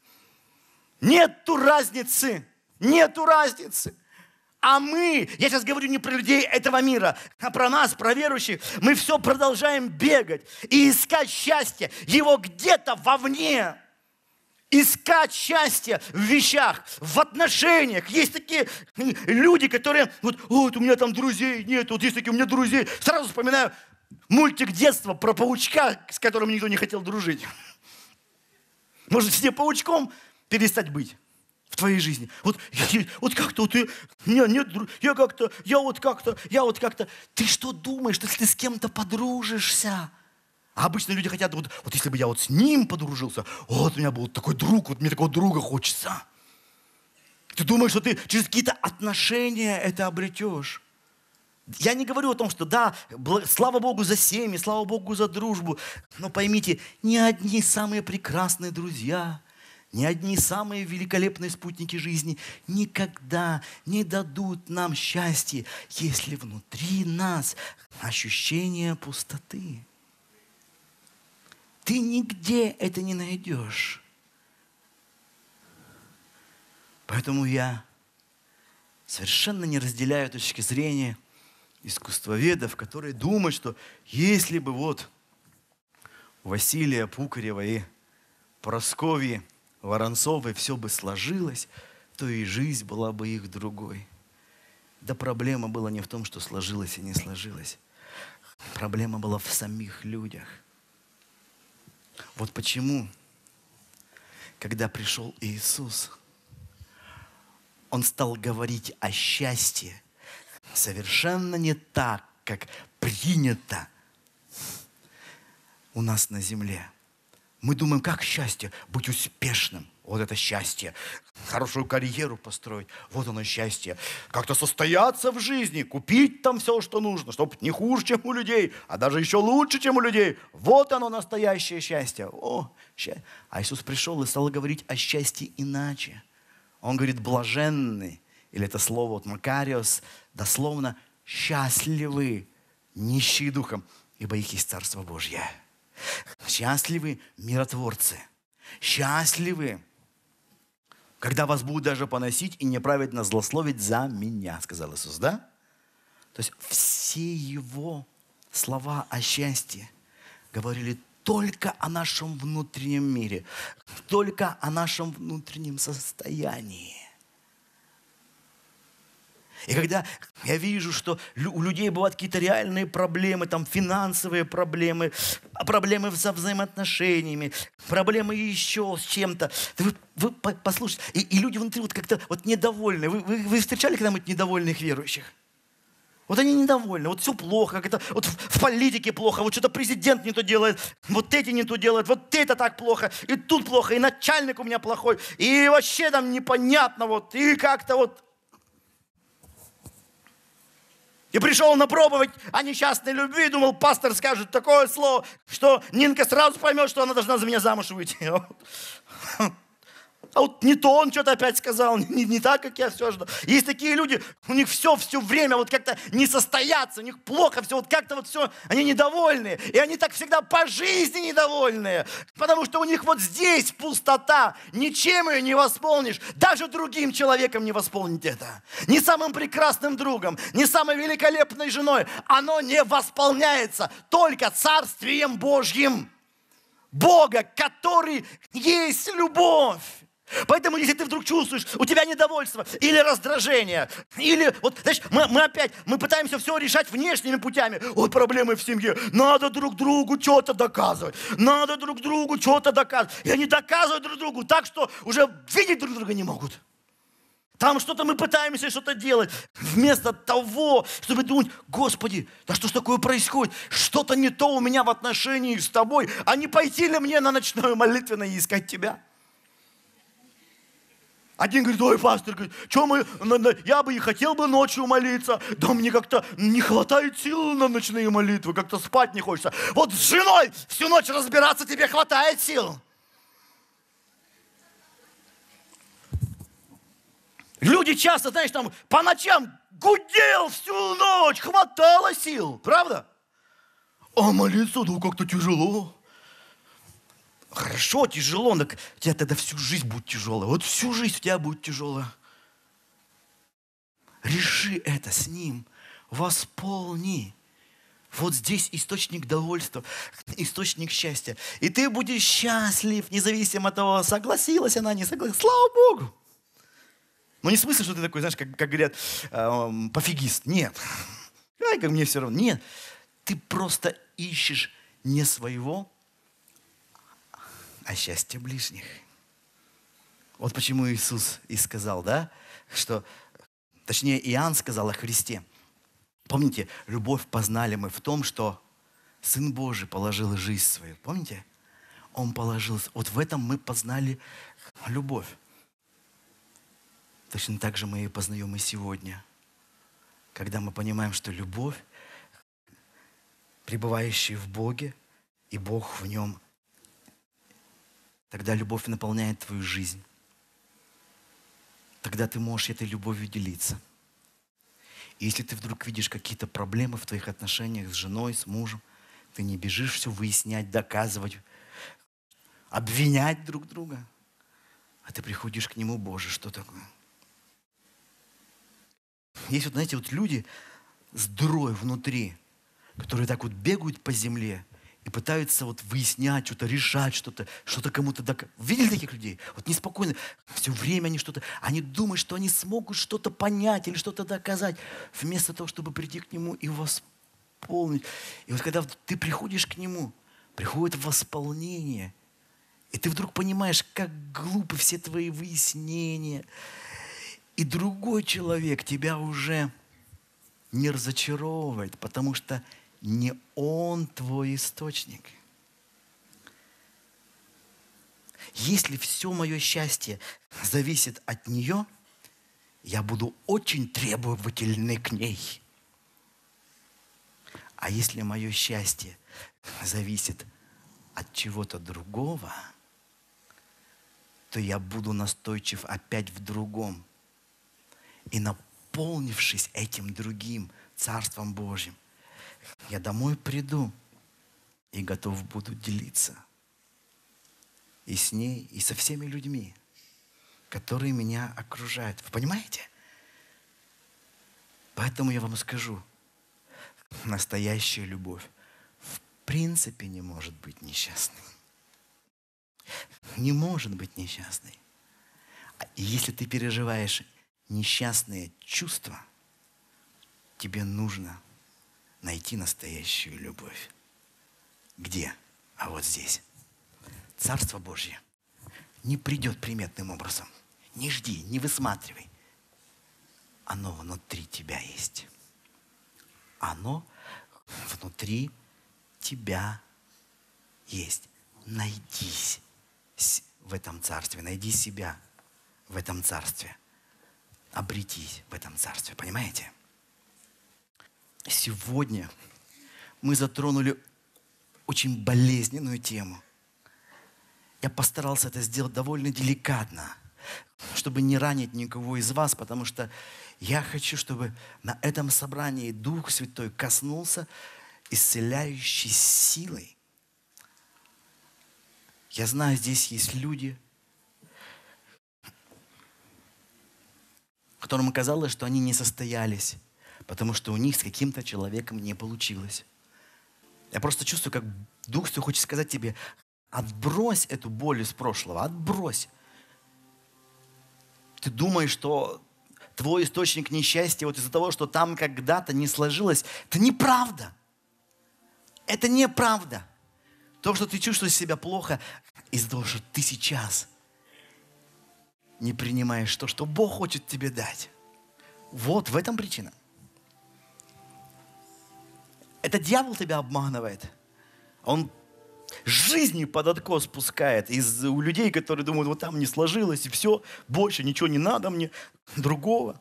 Нету разницы, нету разницы. А мы, я сейчас говорю не про людей этого мира, а про нас, про верующих, мы все продолжаем бегать и искать счастье, его где-то вовне. Искать счастье в вещах, в отношениях. Есть такие люди, которые, вот у меня там друзей нет, вот есть такие у меня друзей. Сразу вспоминаю мультик детства про паучка, с которым никто не хотел дружить. Может, все паучком перестать быть в твоей жизни? Вот как-то ты, нет, я вот как-то. Ты что думаешь, что если ты с кем-то подружишься? А обычно люди хотят, вот если бы я вот с ним подружился, вот у меня был такой друг, вот мне такого друга хочется. Ты думаешь, что ты через какие-то отношения это обретешь? Я не говорю о том, что да, слава Богу за семьи, слава Богу за дружбу. Но поймите, ни одни самые прекрасные друзья, ни одни самые великолепные спутники жизни никогда не дадут нам счастья, если внутри нас ощущение пустоты. Ты нигде это не найдешь. Поэтому я совершенно не разделяю точки зрения искусствоведов, которые думают, что если бы вот у Василия Пукарева и Прасковьи Воронцовой все бы сложилось, то и жизнь была бы их другой. Да проблема была не в том, что сложилось и не сложилось. Проблема была в самих людях. Вот почему, когда пришел Иисус, Он стал говорить о счастье совершенно не так, как принято у нас на земле. Мы думаем, как счастье? Быть успешным. Вот это счастье. Хорошую карьеру построить. Вот оно счастье. Как-то состояться в жизни, купить там все, что нужно, чтобы не хуже, чем у людей, а даже еще лучше, чем у людей. Вот оно настоящее счастье. А Иисус пришел и стал говорить о счастье иначе. Он говорит, блаженны, или это слово вот Макариос, дословно счастливы, нищие духом, ибо их есть Царство Божье. Счастливы миротворцы. Счастливы, когда вас будут даже поносить и неправедно злословить за меня, сказал Иисус, да? То есть все Его слова о счастье говорили только о нашем внутреннем мире, только о нашем внутреннем состоянии. И когда я вижу, что у людей бывают какие-то реальные проблемы, там финансовые проблемы, проблемы со взаимоотношениями, проблемы еще с чем-то, вы послушайте, и люди внутри вот как-то вот недовольны. Вы встречали когда-нибудь недовольных верующих? Вот они недовольны, вот все плохо, как это, вот в политике плохо, вот что-то президент не то делает, вот эти не то делают, вот это так плохо, и тут плохо, и начальник у меня плохой, и вообще там непонятно, вот, и как-то вот. И пришел на проповедь о несчастной любви, думал, пастор скажет такое слово, что Нинка сразу поймет, что она должна за меня замуж выйти. А вот не то он что-то опять сказал, не так, как я все ждал. Есть такие люди, у них все время вот как-то не состоятся, у них плохо все, вот как-то вот все, они недовольные. И они так всегда по жизни недовольные, потому что у них вот здесь пустота, ничем ее не восполнишь, даже другим человеком не восполнить это. Ни самым прекрасным другом, ни самой великолепной женой. Оно не восполняется только Царствием Божьим. Бога, который есть любовь. Поэтому, если ты вдруг чувствуешь, у тебя недовольство или раздражение, или, вот, знаешь, мы пытаемся все решать внешними путями. Вот проблемы в семье. Надо друг другу что-то доказывать. Надо друг другу что-то доказывать. И они доказывают друг другу так, что уже видеть друг друга не могут. Там что-то мы пытаемся что-то делать. Вместо того, чтобы думать, Господи, да что ж такое происходит? Что-то не то у меня в отношении с Тобой. А не пойти ли мне на ночное молитвенное и искать Тебя? Один говорит, ой, пастор, говорит, я бы и хотел бы ночью молиться, да мне как-то не хватает сил на ночные молитвы, как-то спать не хочется. Вот с женой всю ночь разбираться тебе хватает сил. Люди часто, знаешь, там по ночам гудел всю ночь, хватало сил, правда? А молиться, ну как-то тяжело. Хорошо, тяжело, но у тебя тогда всю жизнь будет тяжелая. Вот всю жизнь у тебя будет тяжелая. Реши это с Ним, восполни. Вот здесь источник довольства, источник счастья. И ты будешь счастлив, независимо от того, согласилась она, не согласилась. Слава Богу! Но не в смысле, что ты такой, знаешь, как говорят, пофигист. Нет. Ай, как мне все равно. Нет. ты просто ищешь не своего, а счастья ближних. Вот почему Иисус и сказал, да, что, точнее, Иоанн сказал о Христе. Помните, любовь познали мы в том, что Сын Божий положил жизнь свою. Помните? Он положил. Вот в этом мы познали любовь. Точно так же мы ее познаем и сегодня. Когда мы понимаем, что любовь, пребывающая в Боге, и Бог в нем, тогда любовь наполняет твою жизнь. Тогда ты можешь этой любовью делиться. И если ты вдруг видишь какие-то проблемы в твоих отношениях с женой, с мужем, ты не бежишь все выяснять, доказывать, обвинять друг друга, а ты приходишь к Нему: Боже, что такое? Есть вот, знаете, вот люди с дырой внутри, которые так вот бегают по земле и пытаются вот выяснять, что-то решать, что-то кому-то доказать. Видели таких людей? Вот неспокойно, все время они думают, что они смогут что-то понять или что-то доказать, вместо того, чтобы прийти к Нему и восполнить. И вот когда ты приходишь к Нему, приходит восполнение, и ты вдруг понимаешь, как глупы все твои выяснения. И другой человек тебя уже не разочаровывает, потому что не он твой источник. Если все мое счастье зависит от нее, я буду очень требовательный к ней. А если мое счастье зависит от чего-то другого, то я буду настойчив опять в другом. И наполнившись этим другим Царством Божьим, я домой приду и готов буду делиться и с ней, и со всеми людьми, которые меня окружают. Вы понимаете? Поэтому я вам скажу, настоящая любовь в принципе не может быть несчастной. Не может быть несчастной. И если ты переживаешь несчастные чувства, тебе нужно найти настоящую любовь. Где? А вот здесь. Царство Божье не придет приметным образом. Не жди, не высматривай. Оно внутри тебя есть. Оно внутри тебя есть. Найдись в этом царстве. Найди себя в этом царстве. Обретись в этом царстве. Понимаете? Сегодня мы затронули очень болезненную тему. Я постарался это сделать довольно деликатно, чтобы не ранить никого из вас, потому что я хочу, чтобы на этом собрании Дух Святой коснулся исцеляющей силой. Я знаю, здесь есть люди, которым казалось, что они не состоялись, потому что у них с каким-то человеком не получилось. Я просто чувствую, как Дух Святой хочет сказать тебе: отбрось эту боль из прошлого, отбрось. Ты думаешь, что твой источник несчастья вот из-за того, что там когда-то не сложилось. Это неправда. Это неправда. То, что ты чувствуешь себя плохо, из-за того, что ты сейчас не принимаешь то, что Бог хочет тебе дать. Вот в этом причина. Это дьявол тебя обманывает. Он жизни под откос спускает у людей, которые думают: вот там не сложилось, и все, больше ничего не надо мне другого.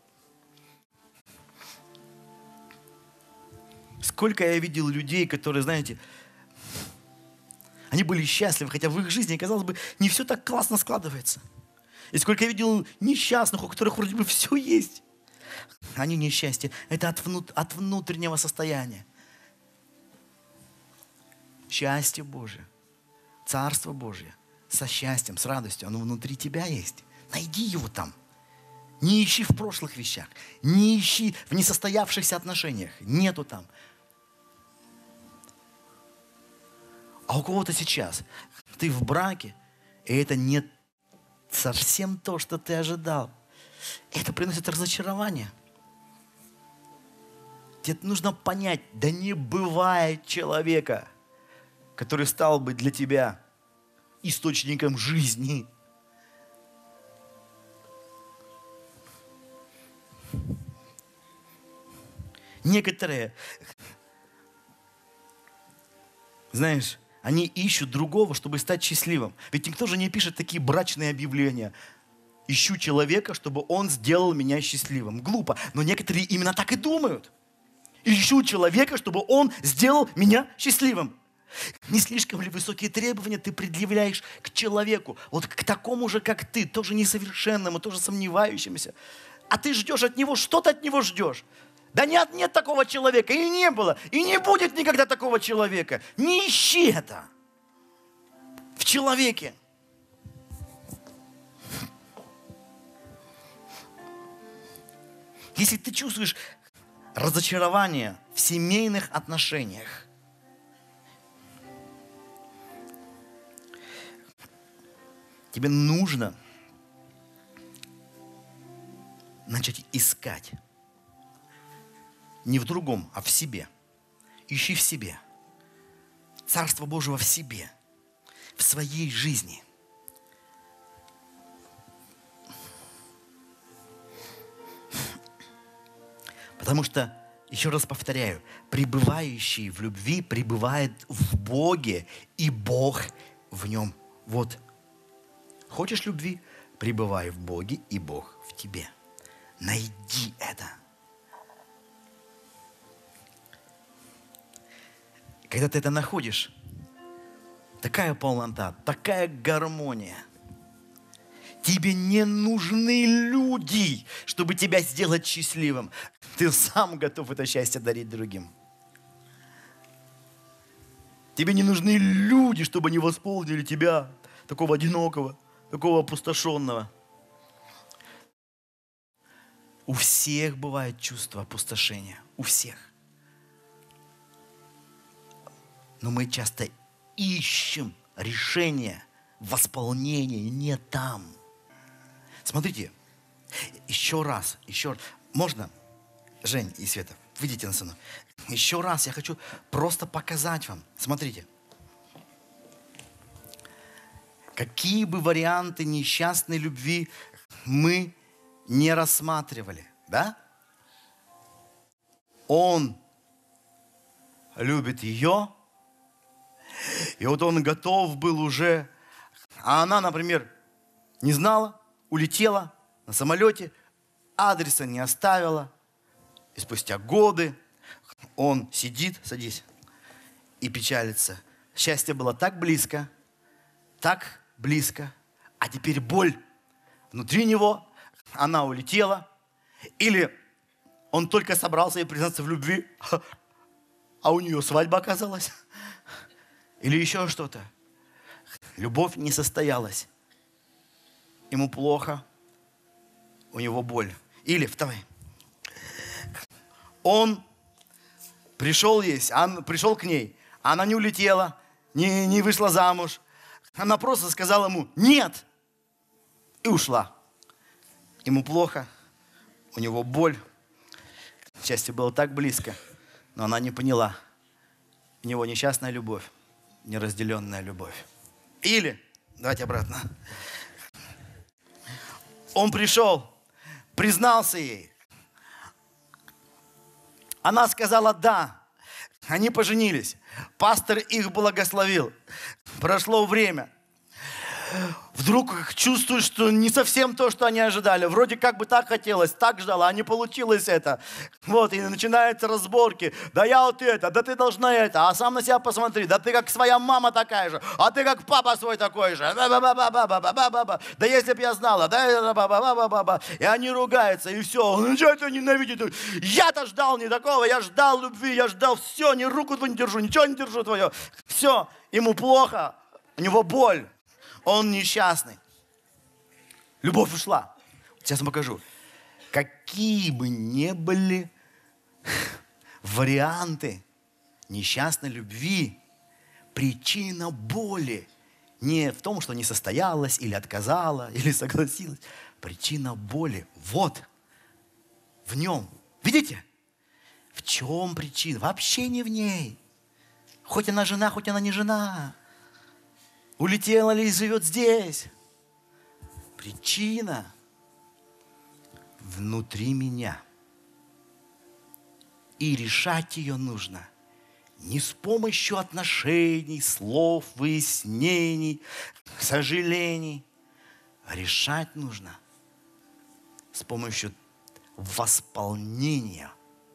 Сколько я видел людей, которые, знаете, они были счастливы, хотя в их жизни, казалось бы, не все так классно складывается. И сколько я видел несчастных, у которых вроде бы все есть. Они несчастье. Это от внутреннего состояния. Счастье Божие, Царство Божье со счастьем, с радостью, оно внутри тебя есть. Найди его там. Не ищи в прошлых вещах, не ищи в несостоявшихся отношениях. Нету там. А у кого-то сейчас ты в браке, и это не совсем то, что ты ожидал. Это приносит разочарование. Тебе нужно понять, да не бывает человека, который стал бы для тебя источником жизни. Некоторые, знаешь, они ищут другого, чтобы стать счастливым. Ведь никто же не пишет такие брачные объявления. Ищу человека, чтобы он сделал меня счастливым. Глупо. Но некоторые именно так и думают. Ищу человека, чтобы он сделал меня счастливым. Не слишком ли высокие требования ты предъявляешь к человеку? Вот к такому же, как ты, тоже несовершенному, тоже сомневающемуся. А ты ждешь от него, что ты от него ждешь? Да нет такого человека, и не было, и не будет никогда такого человека. Не ищи это в человеке. Если ты чувствуешь разочарование в семейных отношениях, тебе нужно начать искать. Не в другом, а в себе. Ищи в себе. Царство Божьего в себе. В своей жизни. Потому что, еще раз повторяю, пребывающий в любви пребывает в Боге, и Бог в нем. Вот. Хочешь любви? Пребывай в Боге, и Бог в тебе. Найди это. Когда ты это находишь, такая полнота, такая гармония. Тебе не нужны люди, чтобы тебя сделать счастливым. Ты сам готов это счастье дарить другим. Тебе не нужны люди, чтобы они восполнили тебя, такого одинокого, такого опустошенного. У всех бывает чувство опустошения. У всех. Но мы часто ищем решение восполнения не там. Смотрите, еще раз. Можно, Жень и Света, выйдите на сцену. Еще раз я хочу просто показать вам. Смотрите. Какие бы варианты несчастной любви мы не рассматривали, да? Он любит ее, и вот он готов был уже, а она, например, не знала, улетела на самолете, адреса не оставила, и спустя годы он сидит, садись, и печалится. Счастье было так близко, а теперь боль внутри него, она улетела, или он только собрался ей признаться в любви, а у нее свадьба оказалась. Или еще что-то. Любовь не состоялась. Ему плохо, у него боль. Или, вставай. Он пришел к ней, она не улетела, не вышла замуж. Она просто сказала ему «нет» и ушла. Ему плохо, у него боль. Счастье было так близко, но она не поняла. У него несчастная любовь. Неразделенная любовь. Или, давайте обратно. Он пришел, признался ей. Она сказала «да». Они поженились. Пастор их благословил. Прошло время. Вдруг чувствуешь, что не совсем то, что они ожидали. Вроде как бы так хотелось, так ждала, а не получилось это. Вот, и начинаются разборки. Да я вот это, да ты должна это, а сам на себя посмотри. Да ты как своя мама такая же, а ты как папа свой такой же. Да если бы я знала, да, и они ругаются, и все. Он начинает ненавидеть. Я-то ждал не такого, я ждал любви, я ждал все, ни руку твою не держу, ничего не держу твое. Все, ему плохо, у него боль. Он несчастный. Любовь ушла. Сейчас я покажу. Какие бы ни были варианты несчастной любви, причина боли не в том, что не состоялась, или отказала, или согласилась. Причина боли вот в нем. Видите? В чем причина? Вообще не в ней. Хоть она жена, хоть она не жена. Улетела ли и живет здесь. Причина внутри меня. И решать ее нужно не с помощью отношений, слов, выяснений, сожалений. Решать нужно с помощью восполнения.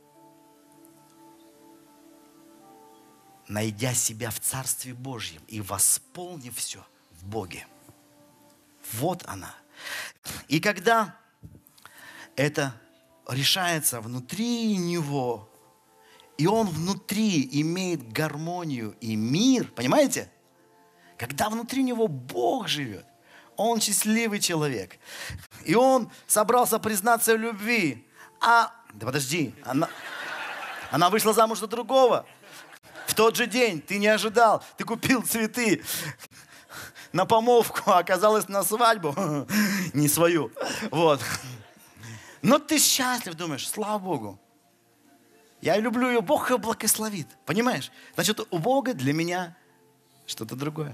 Найдя себя в Царстве Божьем и восполнив все в Боге. Вот она. И когда это решается внутри него, и он внутри имеет гармонию и мир, понимаете? Когда внутри него Бог живет, он счастливый человек. И он собрался признаться в любви. Да подожди, она вышла замуж за другого. В тот же день ты не ожидал, ты купил цветы на помолвку, а оказалось на свадьбу, не свою. Вот. Но ты счастлив, думаешь, слава Богу. Я люблю ее, Бог ее благословит. Понимаешь? Значит, у Бога для меня что-то другое.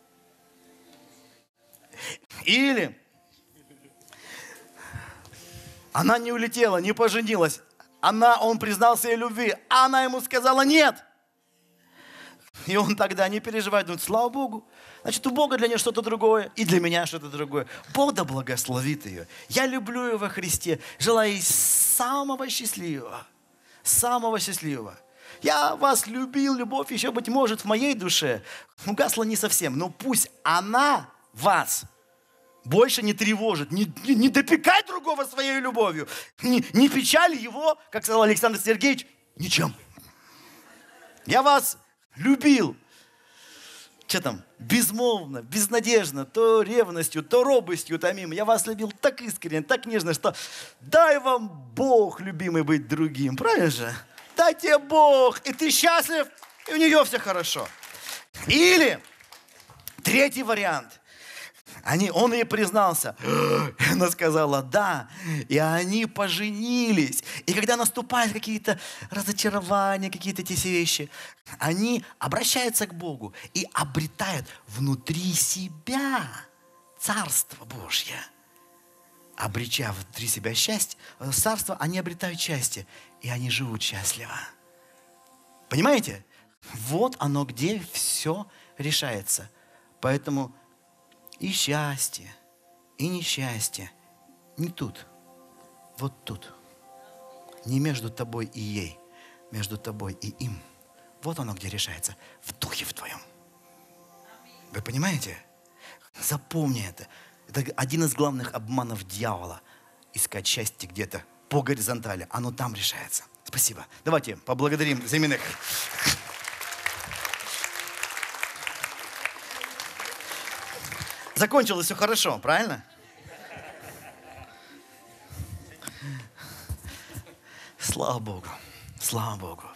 Или она не улетела, не поженилась. Он признался ей любви, а она ему сказала нет. И он тогда не переживает, думает, слава Богу. Значит, у Бога для нее что-то другое, и для меня что-то другое. Бог да благословит ее. Я люблю ее во Христе, желаю ей самого счастливого. Самого счастливого. Я вас любил, любовь еще, быть может, в моей душе угасла не совсем, но пусть она вас больше не тревожит, не допекай другого своей любовью, не печаль его, как сказал Александр Сергеевич, ничем. Я вас любил. Что там? Безмолвно, безнадежно, то ревностью, то робостью томим. Я вас любил так искренне, так нежно, что дай вам Бог, любимый, быть другим. Правильно же? Дай тебе Бог, и ты счастлив, и у нее все хорошо. Или третий вариант. Он ей признался. Она сказала да. И они поженились. И когда наступают какие-то разочарования, какие-то эти все вещи, они обращаются к Богу и обретают внутри себя Царство Божье. Обреча внутри себя счастье, царство, они обретают счастье. И они живут счастливо. Понимаете? Вот оно, где все решается. Поэтому и счастье, и несчастье не тут, вот тут. Не между тобой и ей, между тобой и им. Вот оно, где решается, в духе в твоем. Вы понимаете? Запомни это. Это один из главных обманов дьявола. Искать счастье где-то по горизонтали. Оно там решается. Спасибо. Давайте поблагодарим за именных. Закончилось все хорошо, правильно? Слава Богу, слава Богу.